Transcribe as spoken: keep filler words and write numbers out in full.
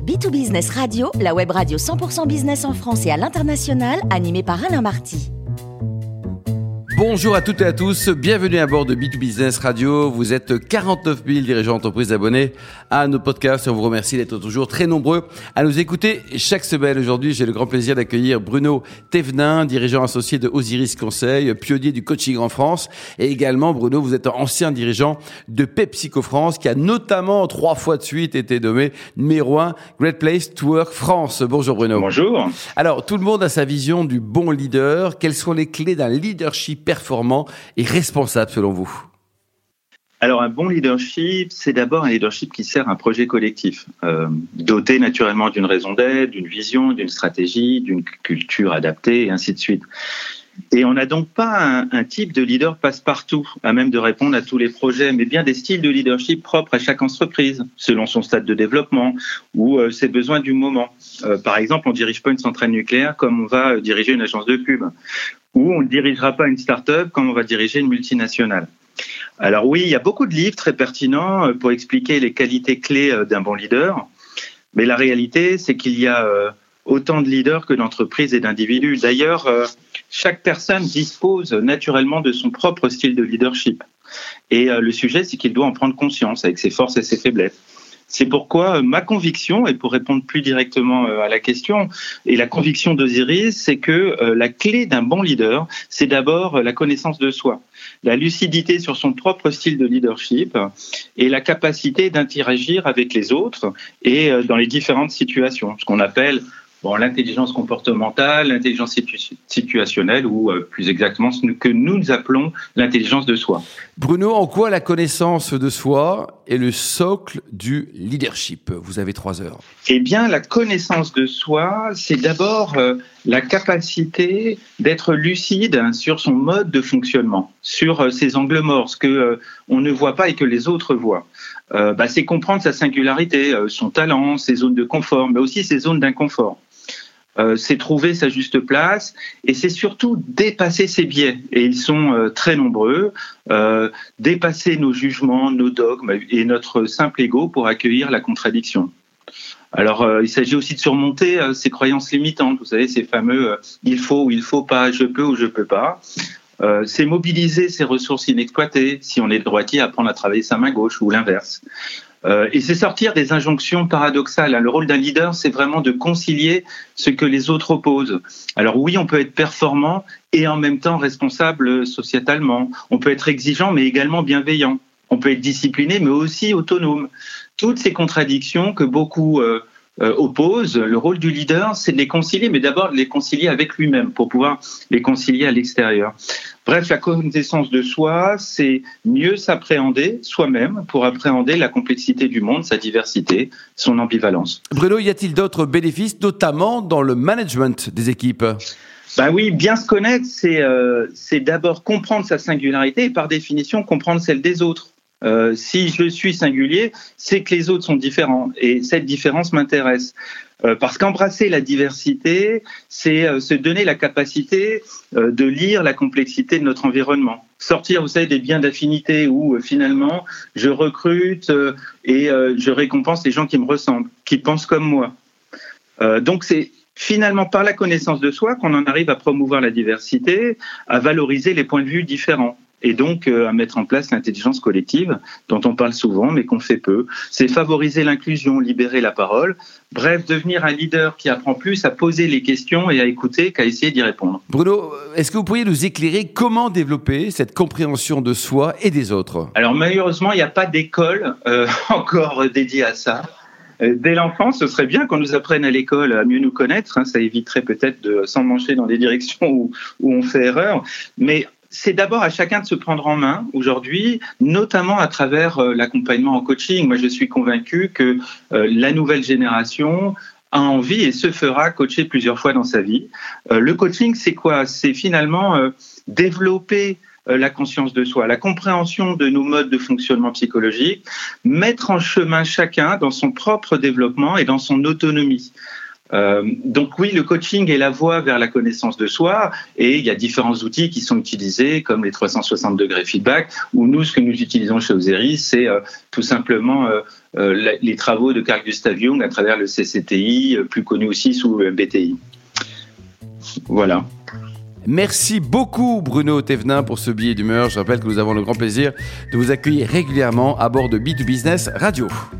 B deux Business Radio, la web radio cent pour cent business en France et à l'international, animée par Alain Marty. Bonjour à toutes et à tous, bienvenue à bord de B deux Business Radio. Vous êtes quarante-neuf mille dirigeants d'entreprise abonnés à nos podcasts et on vous remercie d'être toujours très nombreux à nous écouter chaque semaine. Aujourd'hui, j'ai le grand plaisir d'accueillir Bruno Thévenin, dirigeant associé de Osiris Conseil, pionnier du coaching en France. Et également, Bruno, vous êtes ancien dirigeant de PepsiCo France qui a notamment trois fois de suite été nommé numéro un Great Place to Work France. Bonjour Bruno. Bonjour. Alors, tout le monde a sa vision du bon leader. Quelles sont les clés d'un leadership performant et responsable selon vous? Alors un bon leadership, c'est d'abord un leadership qui sert un projet collectif, euh, doté naturellement d'une raison d'être, d'une vision, d'une stratégie, d'une culture adaptée et ainsi de suite. Et on n'a donc pas un, un type de leader passe-partout, à même de répondre à tous les projets, mais bien des styles de leadership propres à chaque entreprise, selon son stade de développement ou euh, ses besoins du moment. Euh, par exemple, on ne dirige pas une centrale nucléaire comme on va euh, diriger une agence de pub, ou on ne dirigera pas une start-up comme on va diriger une multinationale. Alors oui, il y a beaucoup de livres très pertinents pour expliquer les qualités clés d'un bon leader, mais la réalité, c'est qu'il y a euh, autant de leaders que d'entreprises et d'individus. D'ailleurs, euh, chaque personne dispose naturellement de son propre style de leadership. Et euh, le sujet, c'est qu'il doit en prendre conscience avec ses forces et ses faiblesses. C'est pourquoi ma conviction, et pour répondre plus directement à la question, et la conviction d'Osiris, c'est que la clé d'un bon leader, c'est d'abord la connaissance de soi, la lucidité sur son propre style de leadership et la capacité d'interagir avec les autres et dans les différentes situations, ce qu'on appelle bon, l'intelligence comportementale, l'intelligence situ- situationnelle ou euh, plus exactement ce que nous appelons l'intelligence de soi. Bruno, en quoi la connaissance de soi est le socle du leadership? Vous avez trois heures. Eh bien, la connaissance de soi, c'est d'abord euh, la capacité d'être lucide sur son mode de fonctionnement, sur euh, ses angles morts, ce que euh, on ne voit pas et que les autres voient. Euh, bah, c'est comprendre sa singularité, euh, son talent, ses zones de confort, mais aussi ses zones d'inconfort. Euh, c'est trouver sa juste place et c'est surtout dépasser ses biais. Et ils sont euh, très nombreux. Euh, dépasser nos jugements, nos dogmes et notre simple ego pour accueillir la contradiction. Alors, euh, il s'agit aussi de surmonter euh, ces croyances limitantes. Vous savez, ces fameux euh, « il faut » ou « il faut pas »,« je peux » ou « je peux pas ». Euh, c'est mobiliser ses ressources inexploitées. Si on est droitier, apprendre à travailler sa main gauche ou l'inverse. Euh, et c'est sortir des injonctions paradoxales. Le rôle d'un leader, c'est vraiment de concilier ce que les autres opposent. Alors oui, on peut être performant et en même temps responsable sociétalement. On peut être exigeant, mais également bienveillant. On peut être discipliné, mais aussi autonome. Toutes ces contradictions que beaucoup euh, euh, opposent, le rôle du leader, c'est de les concilier, mais d'abord de les concilier avec lui-même pour pouvoir les concilier à l'extérieur. Bref, la connaissance de soi, c'est mieux s'appréhender soi-même pour appréhender la complexité du monde, sa diversité, son ambivalence. Bruno, y a-t-il d'autres bénéfices, notamment dans le management des équipes ? Ben oui, bien se connaître, c'est, euh, c'est d'abord comprendre sa singularité et par définition comprendre celle des autres. Euh, si je suis singulier, c'est que les autres sont différents et cette différence m'intéresse. Euh, parce qu'embrasser la diversité, c'est euh, se donner la capacité euh, de lire la complexité de notre environnement. Sortir, vous savez, des biens d'affinité où euh, finalement je recrute euh, et euh, je récompense les gens qui me ressemblent, qui pensent comme moi. Euh, donc c'est finalement par la connaissance de soi qu'on en arrive à promouvoir la diversité, à valoriser les points de vue différents. Et donc euh, à mettre en place l'intelligence collective dont on parle souvent mais qu'on fait peu. C'est favoriser l'inclusion, libérer la parole, bref, devenir un leader qui apprend plus à poser les questions et à écouter qu'à essayer d'y répondre. Bruno, est-ce que vous pourriez nous éclairer comment développer cette compréhension de soi et des autres ? Alors malheureusement, il n'y a pas d'école euh, encore dédiée à ça. Dès l'enfance, ce serait bien qu'on nous apprenne à l'école à mieux nous connaître, hein, ça éviterait peut-être de s'emmancher dans des directions où, où on fait erreur, mais c'est d'abord à chacun de se prendre en main aujourd'hui, notamment à travers euh, l'accompagnement en coaching. Moi, je suis convaincu que euh, la nouvelle génération a envie et se fera coacher plusieurs fois dans sa vie. Euh, le coaching, c'est quoi ? C'est finalement euh, développer euh, la conscience de soi, la compréhension de nos modes de fonctionnement psychologique, mettre en chemin chacun dans son propre développement et dans son autonomie. Euh, donc oui, le coaching est la voie vers la connaissance de soi, et il y a différents outils qui sont utilisés, comme les trois cent soixante degrés feedback, ou nous, ce que nous utilisons chez Oseris, c'est euh, tout simplement euh, euh, les travaux de Carl Gustav Jung à travers le C C T I, euh, plus connu aussi sous le M B T I. Voilà. Merci beaucoup Bruno Thévenin pour ce billet d'humeur. Je rappelle que nous avons le grand plaisir de vous accueillir régulièrement à bord de B deux Business Radio.